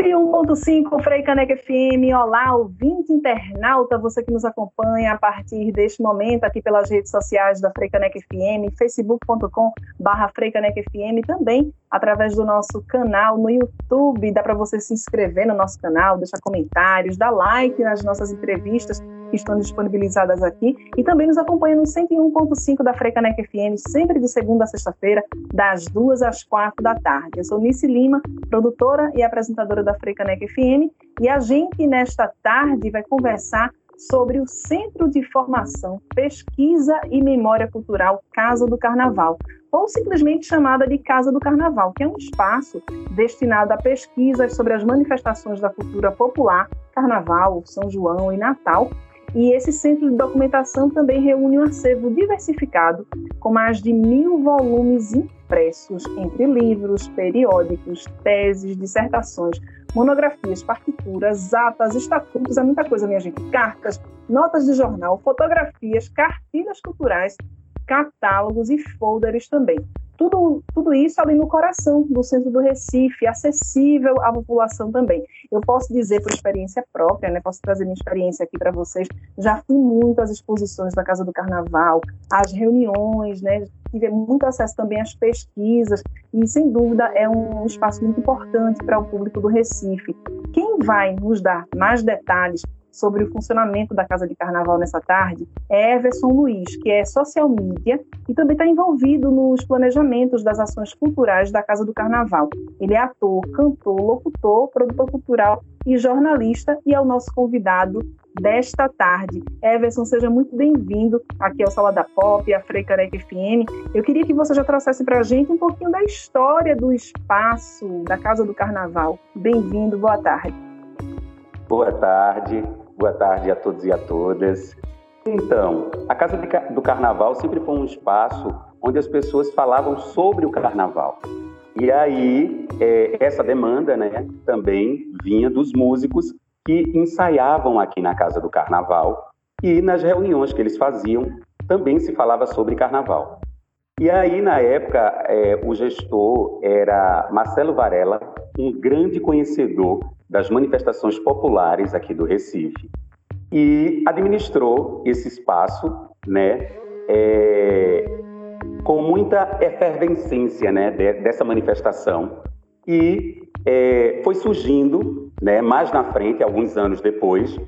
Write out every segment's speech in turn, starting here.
101.5 Frei Caneca FM. Olá, ouvinte internauta, você que nos acompanha a partir deste momento aqui pelas redes sociais da Frei Caneca FM, facebook.com/Frei Caneca FM, também através do nosso canal no YouTube. Dá para você se inscrever no nosso canal, deixar comentários, dar like nas nossas entrevistas que estão disponibilizadas aqui, e também nos acompanha no 101.5 da Frei Caneca FM, sempre de segunda a sexta-feira, das 2 às 4 da tarde. Eu sou Nice Lima, produtora e apresentadora da Frei Caneca FM, e a gente, nesta tarde, vai conversar sobre o Centro de Formação, Pesquisa e Memória Cultural Casa do Carnaval, ou simplesmente chamada de Casa do Carnaval, que é um espaço destinado a pesquisas sobre as manifestações da cultura popular, Carnaval, São João e Natal. E esse centro de documentação também reúne um acervo diversificado com mais de 1.000 volumes impressos entre livros, periódicos, teses, dissertações, monografias, partituras, atas, estatutos, é muita coisa, minha gente, cartas, notas de jornal, fotografias, cartilhas culturais, catálogos e folders também. Tudo isso ali no coração do centro do Recife, acessível à população também. Eu posso dizer por experiência própria, né? Posso trazer minha experiência aqui para vocês. Já fui muito às exposições da Casa do Carnaval, às reuniões, né? Tive muito acesso também às pesquisas e, sem dúvida, é um espaço muito importante para o público do Recife. Quem vai nos dar mais detalhes sobre o funcionamento da Casa de Carnaval nessa tarde é Everson Luiz, que é social media e também está envolvido nos planejamentos das ações culturais da Casa do Carnaval. Ele é ator, cantor, locutor, produtor cultural e jornalista, e é o nosso convidado desta tarde. Everson, seja muito bem-vindo aqui ao Sala da Pop, a Frei Caneca FM. Eu queria que você já trouxesse para a gente um pouquinho da história do espaço da Casa do Carnaval. Bem-vindo, boa tarde. Boa tarde a todos e a todas. Então, a Casa do Carnaval sempre foi um espaço onde as pessoas falavam sobre o Carnaval. E aí, essa demanda, né, também vinha dos músicos que ensaiavam aqui na Casa do Carnaval, e nas reuniões que eles faziam também se falava sobre Carnaval. E aí, na época, o gestor era Marcelo Varela, um grande conhecedor das manifestações populares aqui do Recife, e administrou esse espaço, né, com muita efervescência, né, dessa manifestação, e foi surgindo, né, mais na frente, alguns anos depois,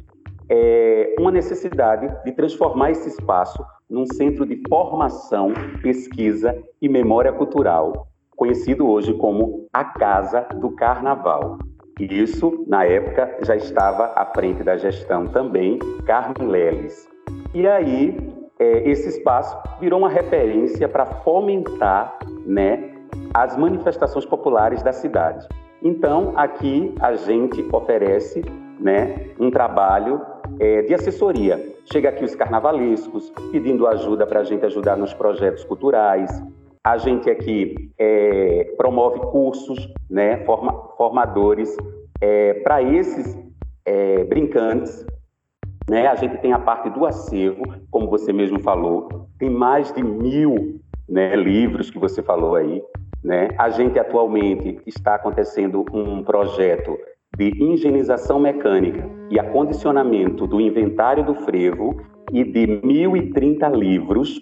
uma necessidade de transformar esse espaço num centro de formação, pesquisa e memória cultural, conhecido hoje como a Casa do Carnaval. E isso, na época, já estava à frente da gestão também, Carmen Leles. E aí, esse espaço virou uma referência para fomentar, né, as manifestações populares da cidade. Então, aqui a gente oferece, né, um trabalho de assessoria. Chega aqui os carnavalescos pedindo ajuda para a gente ajudar nos projetos culturais. A gente aqui promove cursos, né, formadores para esses brincantes. Né? A gente tem a parte do acervo, como você mesmo falou, tem mais de 1.000, né, livros que você falou aí. Né? A gente atualmente está acontecendo um projeto de higienização mecânica e acondicionamento do inventário do frevo e de 1.030 livros.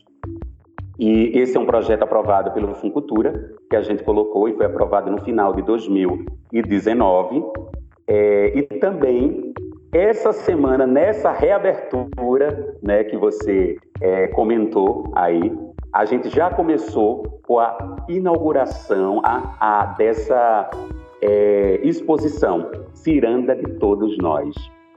E esse é um projeto aprovado pelo Funcultura, que a gente colocou e foi aprovado no final de 2019. E também, essa semana, nessa reabertura, né, que você comentou aí, a gente já começou com a inauguração dessa exposição, Ciranda de Todos Nós.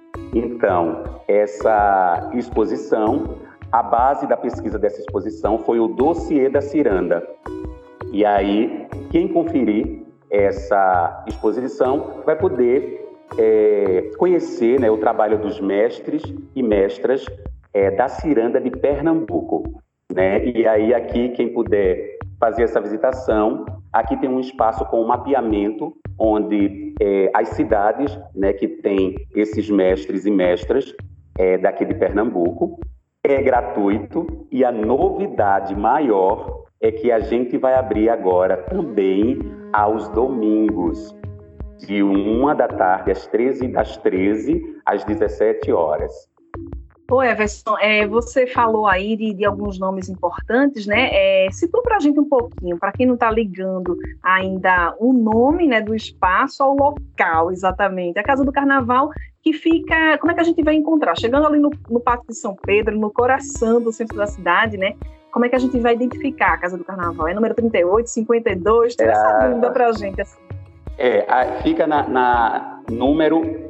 Então, essa exposição, a base da pesquisa dessa exposição foi o dossiê da Ciranda. E aí, quem conferir essa exposição vai poder conhecer, né, o trabalho dos mestres e mestras da Ciranda de Pernambuco. Né? E aí, aqui, quem puder fazer essa visitação, aqui tem um espaço com um mapeamento, onde as cidades, né, que tem esses mestres e mestras daqui de Pernambuco, é gratuito, e a novidade maior é que a gente vai abrir agora também aos domingos. de 1 da tarde às 13, das 13 às 17 horas. Ô Everson, você falou aí de alguns nomes importantes, né? Citou para a gente um pouquinho, para quem não está ligando ainda, o nome, né, do espaço ao local, exatamente. A Casa do Carnaval, que fica... Como é que a gente vai encontrar? Chegando ali no Pátio de São Pedro, no coração do centro da cidade, né? Como é que a gente vai identificar a Casa do Carnaval? É número 38, 52? Tira essa dúvida para a gente. Assim. Fica na número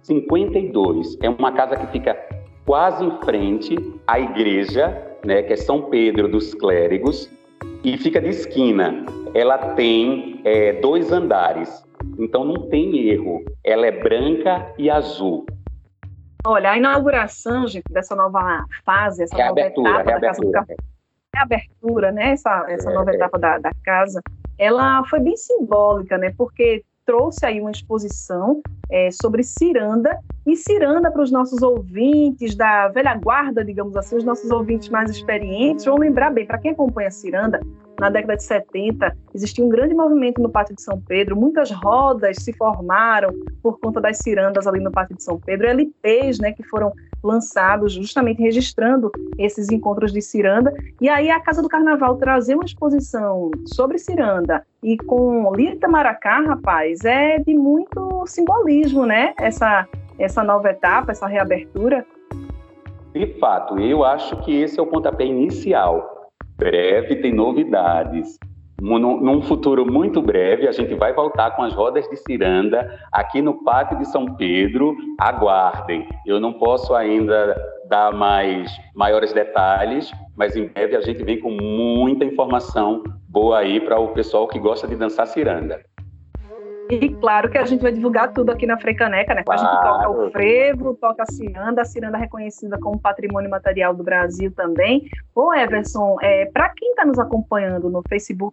52. É uma casa que fica quase em frente à igreja, né, que é São Pedro dos Clérigos, e fica de esquina. Ela tem 2 andares, então não tem erro. Ela é branca e azul. Olha, a inauguração, gente, dessa nova fase, essa nova etapa da Casa do Carnaval, reabertura, né, essa nova etapa da casa, ela foi bem simbólica, né, porque trouxe aí uma exposição sobre ciranda, e ciranda para os nossos ouvintes da velha guarda, digamos assim, os nossos ouvintes mais experientes, vão lembrar bem, para quem acompanha a ciranda, na década de 70, existia um grande movimento no Pátio de São Pedro, muitas rodas se formaram por conta das cirandas ali no Pátio de São Pedro, LPs, né, que foram lançados justamente registrando esses encontros de ciranda, e aí a Casa do Carnaval trazer uma exposição sobre ciranda e com Lira Maracá, rapaz, é de muito simbolismo, né, essa nova etapa, essa reabertura. De fato, eu acho que esse é o pontapé inicial. Breve tem novidades. Num futuro muito breve, a gente vai voltar com as rodas de ciranda aqui no Pátio de São Pedro. Aguardem. Eu não posso ainda dar maiores detalhes, mas em breve a gente vem com muita informação boa aí para o pessoal que gosta de dançar ciranda. E claro que a gente vai divulgar tudo aqui na Freicaneca, né? Claro. A gente toca o frevo, toca a ciranda reconhecida como patrimônio material do Brasil também. Ô Everson, para quem está nos acompanhando no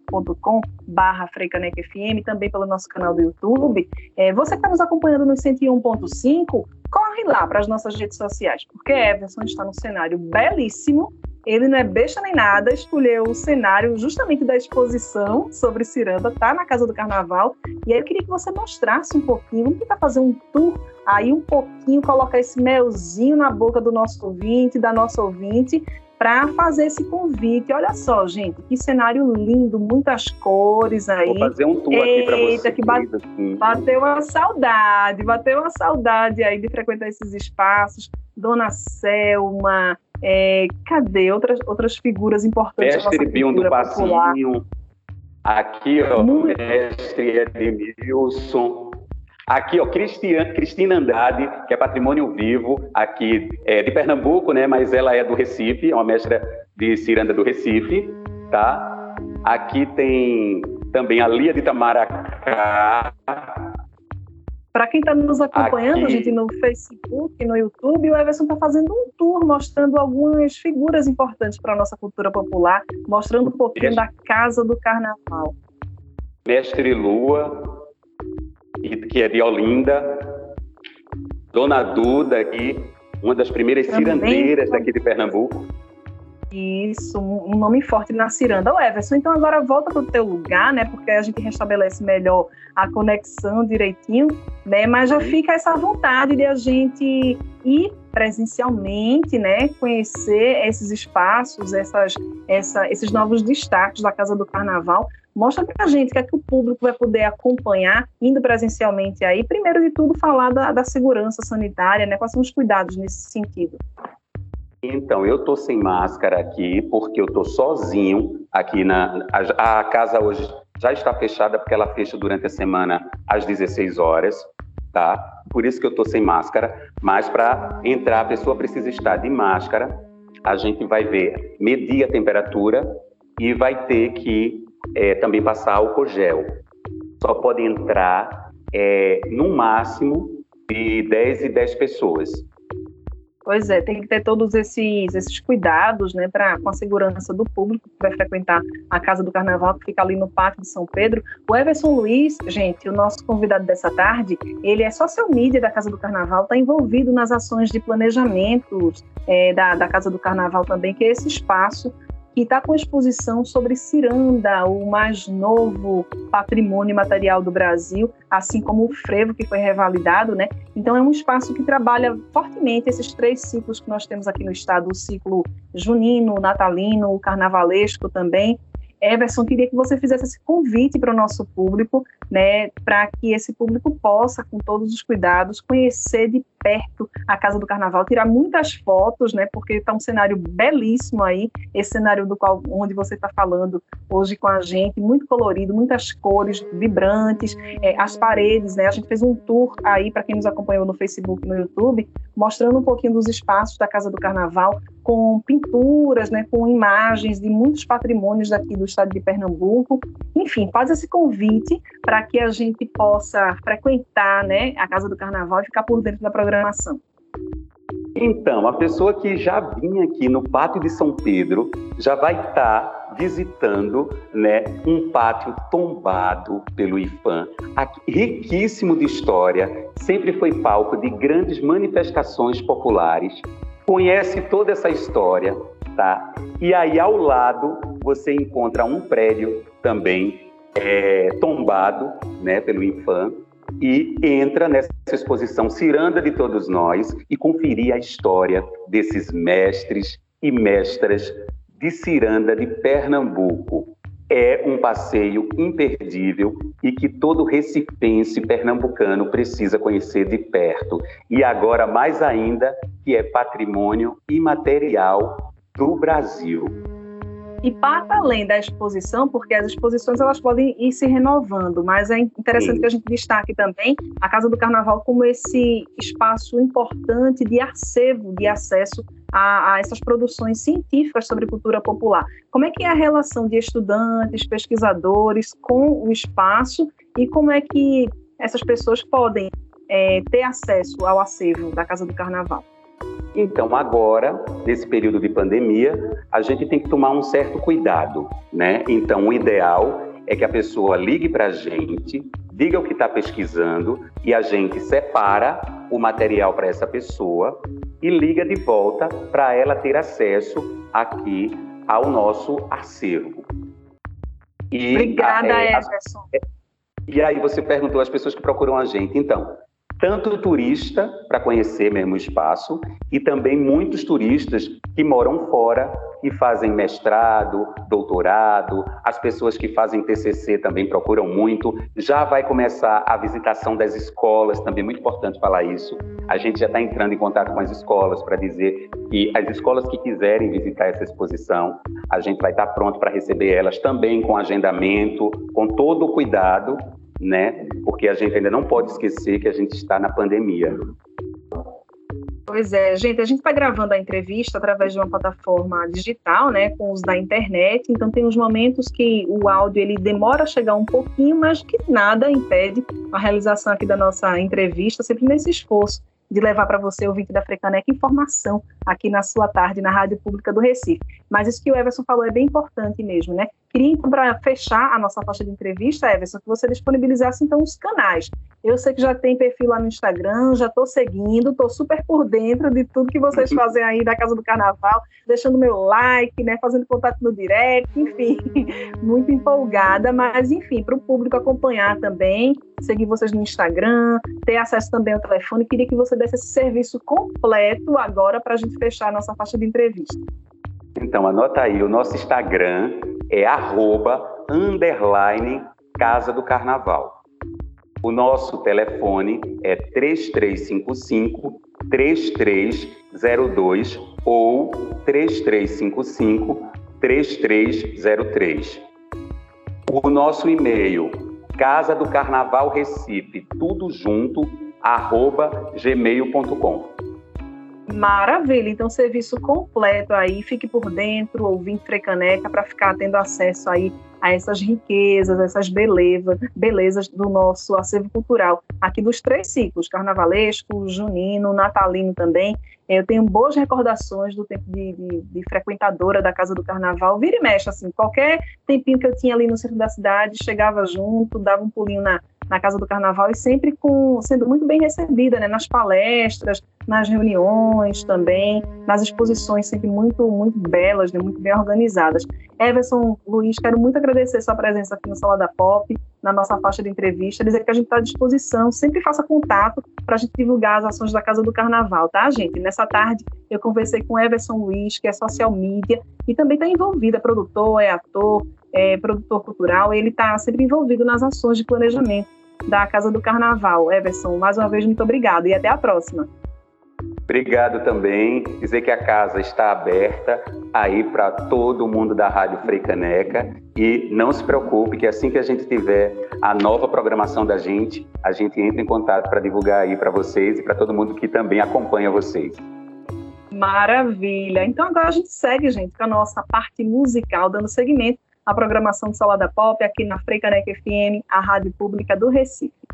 facebook.com/FreicanecaFM, também pelo nosso canal do YouTube, você que está nos acompanhando no 101.5, corre lá para as nossas redes sociais, porque Everson está num cenário belíssimo. Ele não é besta nem nada, escolheu o cenário justamente da exposição sobre ciranda, tá na Casa do Carnaval, e aí eu queria que você mostrasse um pouquinho, vamos tentar fazer um tour aí um pouquinho, colocar esse melzinho na boca do nosso ouvinte, da nossa ouvinte, para fazer esse convite. Olha só, gente, que cenário lindo, muitas cores aí. Vou fazer um tour aqui para você. Que bateu uma saudade aí de frequentar esses espaços. Dona Selma, cadê outras figuras importantes da nossa cultura popular? Aqui, ó, mestre Edmilson. Aqui, ó, Cristina Andrade, que é patrimônio vivo aqui de Pernambuco, né? Mas ela é do Recife, é uma mestra de ciranda do Recife, tá? Aqui tem também a Lia de Itamaracá. Para quem está nos acompanhando, gente, no Facebook, no YouTube, o Everson está fazendo um tour mostrando algumas figuras importantes para a nossa cultura popular, mostrando um pouquinho da Casa do Carnaval. Mestre Lua, que é de Olinda, Dona Duda aqui, uma das primeiras cirandeiras daqui de Pernambuco. Isso, um nome forte na ciranda. Ô Everson, então agora volta para o teu lugar, né? Porque a gente restabelece melhor a conexão direitinho, né? Mas já fica essa vontade de a gente ir presencialmente, né? Conhecer esses espaços, esses novos destaques da Casa do Carnaval. Mostra pra gente o que é que o público vai poder acompanhar indo presencialmente aí. Primeiro de tudo, falar da segurança sanitária, né? Quais são os cuidados nesse sentido? Então, eu estou sem máscara aqui, porque eu estou sozinho aqui a casa hoje já está fechada, porque ela fecha durante a semana às 16 horas, tá? Por isso que eu estou sem máscara, mas para entrar a pessoa precisa estar de máscara, a gente vai medir a temperatura e vai ter que também passar álcool gel. Só pode entrar no máximo de 10 e 10 pessoas. Pois é, tem que ter todos esses cuidados, né, com a segurança do público que vai frequentar a Casa do Carnaval, que fica ali no Pátio de São Pedro. O Everson Luiz, gente, o nosso convidado dessa tarde, ele é social media da Casa do Carnaval, está envolvido nas ações de planejamento da Casa do Carnaval também, que é esse espaço que está com exposição sobre ciranda, o mais novo patrimônio material do Brasil, assim como o frevo, que foi revalidado, né? Então, é um espaço que trabalha fortemente esses 3 ciclos que nós temos aqui no estado, o ciclo junino, o natalino, o carnavalesco também. Everson, queria que você fizesse esse convite para o nosso público, né, para que esse público possa, com todos os cuidados, conhecer de perto a Casa do Carnaval, tirar muitas fotos, né, porque está um cenário belíssimo aí, esse cenário onde você está falando hoje com a gente, muito colorido, muitas cores vibrantes, as paredes, né, a gente fez um tour aí, para quem nos acompanhou no Facebook e no YouTube, mostrando um pouquinho dos espaços da Casa do Carnaval, com pinturas, né, com imagens de muitos patrimônios daqui do estado de Pernambuco. Enfim, faz esse convite para que a gente possa frequentar, né, a Casa do Carnaval e ficar por dentro da programação. Então, a pessoa que já vinha aqui no Pátio de São Pedro já vai estar visitando, né, um pátio tombado pelo IPHAN, riquíssimo de história, sempre foi palco de grandes manifestações populares, conhece toda essa história, tá? E aí, ao lado, você encontra um prédio também tombado, né, pelo IPHAN, e entra nessa exposição Ciranda de Todos Nós e conferir a história desses mestres e mestras de ciranda de Pernambuco. É um passeio imperdível e que todo recifense pernambucano precisa conhecer de perto. E agora, mais ainda, que é patrimônio imaterial do Brasil. E para além da exposição, porque as exposições elas podem ir se renovando, mas é interessante que a gente destaque também a Casa do Carnaval como esse espaço importante de acervo, de acesso a essas produções científicas sobre cultura popular. Como é que é a relação de estudantes, pesquisadores com o espaço e como é que essas pessoas podem ter acesso ao acervo da Casa do Carnaval? Então, agora, nesse período de pandemia, a gente tem que tomar um certo cuidado, né? Então, o ideal é que a pessoa ligue para a gente, diga o que está pesquisando e a gente separa o material para essa pessoa e liga de volta para ela ter acesso aqui ao nosso acervo. Obrigada, Everson. E aí você perguntou às pessoas que procuram a gente. Então, tanto turista para conhecer mesmo o espaço e também muitos turistas que moram fora e fazem mestrado, doutorado, as pessoas que fazem TCC também procuram muito. Já vai começar a visitação das escolas, também é muito importante falar isso. A gente já está entrando em contato com as escolas para dizer que as escolas que quiserem visitar essa exposição, a gente vai estar pronto para receber elas também com agendamento, com todo o cuidado, né? Porque a gente ainda não pode esquecer que a gente está na pandemia. Pois é, gente, a gente está gravando a entrevista através de uma plataforma digital, né, com o uso da internet, então tem uns momentos que o áudio ele demora a chegar um pouquinho, mas que nada impede a realização aqui da nossa entrevista, sempre nesse esforço de levar para você, ouvinte da Frecaneca, informação aqui na sua tarde, na Rádio Pública do Recife. Mas isso que o Everson falou é bem importante mesmo, né? Queria, então, para fechar a nossa faixa de entrevista, Everson, que você disponibilizasse, então, os canais. Eu sei que já tem perfil lá no Instagram, já estou seguindo, estou super por dentro de tudo que vocês fazem aí da Casa do Carnaval, deixando meu like, né, fazendo contato no direct, enfim, muito empolgada, mas, enfim, para o público acompanhar também, seguir vocês no Instagram, ter acesso também ao telefone, queria que você desse esse serviço completo agora para a gente fechar a nossa faixa de entrevista. Então, anota aí, o nosso Instagram é @Casa do Carnaval. O nosso telefone é 3355-3302 ou 3355-3303. O nosso e-mail, casadocarnavalrecife, tudo junto, @gmail.com. Maravilha, então serviço completo aí, fique por dentro, ouvinte Frecaneca, para ficar tendo acesso aí a essas riquezas, essas belezas do nosso acervo cultural, aqui dos 3 ciclos, carnavalesco, junino, natalino também. Eu tenho boas recordações do tempo de frequentadora da Casa do Carnaval, vira e mexe, assim, qualquer tempinho que eu tinha ali no centro da cidade, chegava junto, dava um pulinho na Casa do Carnaval e sempre sendo muito bem recebida, né, nas palestras, nas reuniões também, nas exposições sempre muito, muito belas, né, muito bem organizadas. Everson, Luiz, quero muito agradecer sua presença aqui no Salada Pop, na nossa faixa de entrevista, dizer que a gente está à disposição, sempre faça contato para a gente divulgar as ações da Casa do Carnaval, tá, gente? Nessa tarde eu conversei com Everson Luiz, que é social media e também está envolvido, é produtor, é ator, é produtor cultural, ele está sempre envolvido nas ações de planejamento da Casa do Carnaval. Everson, mais uma vez, muito obrigado e até a próxima. Obrigado também. Dizer que a casa está aberta aí para todo mundo da Rádio Freicaneca e não se preocupe que assim que a gente tiver a nova programação da gente, a gente entra em contato para divulgar aí para vocês e para todo mundo que também acompanha vocês. Maravilha! Então agora a gente segue, gente, com a nossa parte musical, dando seguimento à programação do Salada Pop aqui na Freicaneca FM, a rádio pública do Recife.